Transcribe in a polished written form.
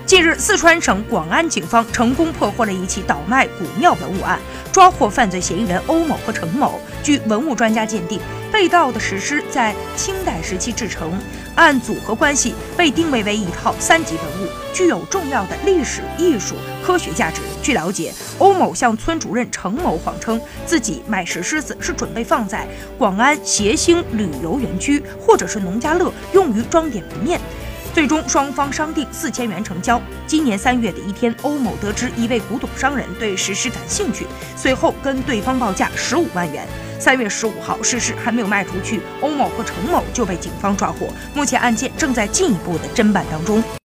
近日，四川省广安警方成功破获了一起倒卖古庙文物案，抓获犯罪嫌疑人欧某和程某。据文物专家鉴定，被盗的石狮在清代时期制成，按组合关系被定位为一套3级文物，具有重要的历史、艺术、科学价值。据了解，欧某向村主任程某谎称自己买石狮子是准备放在广安协兴旅游园区或者是农家乐，用于装点门面。最终，双方商定4000元成交。今年3月的一天，欧某得知一位古董商人对石狮感兴趣，随后跟对方报价15万元。3月15号，石狮还没有卖出去，欧某和程某就被警方抓获。目前案件正在进一步的侦办当中。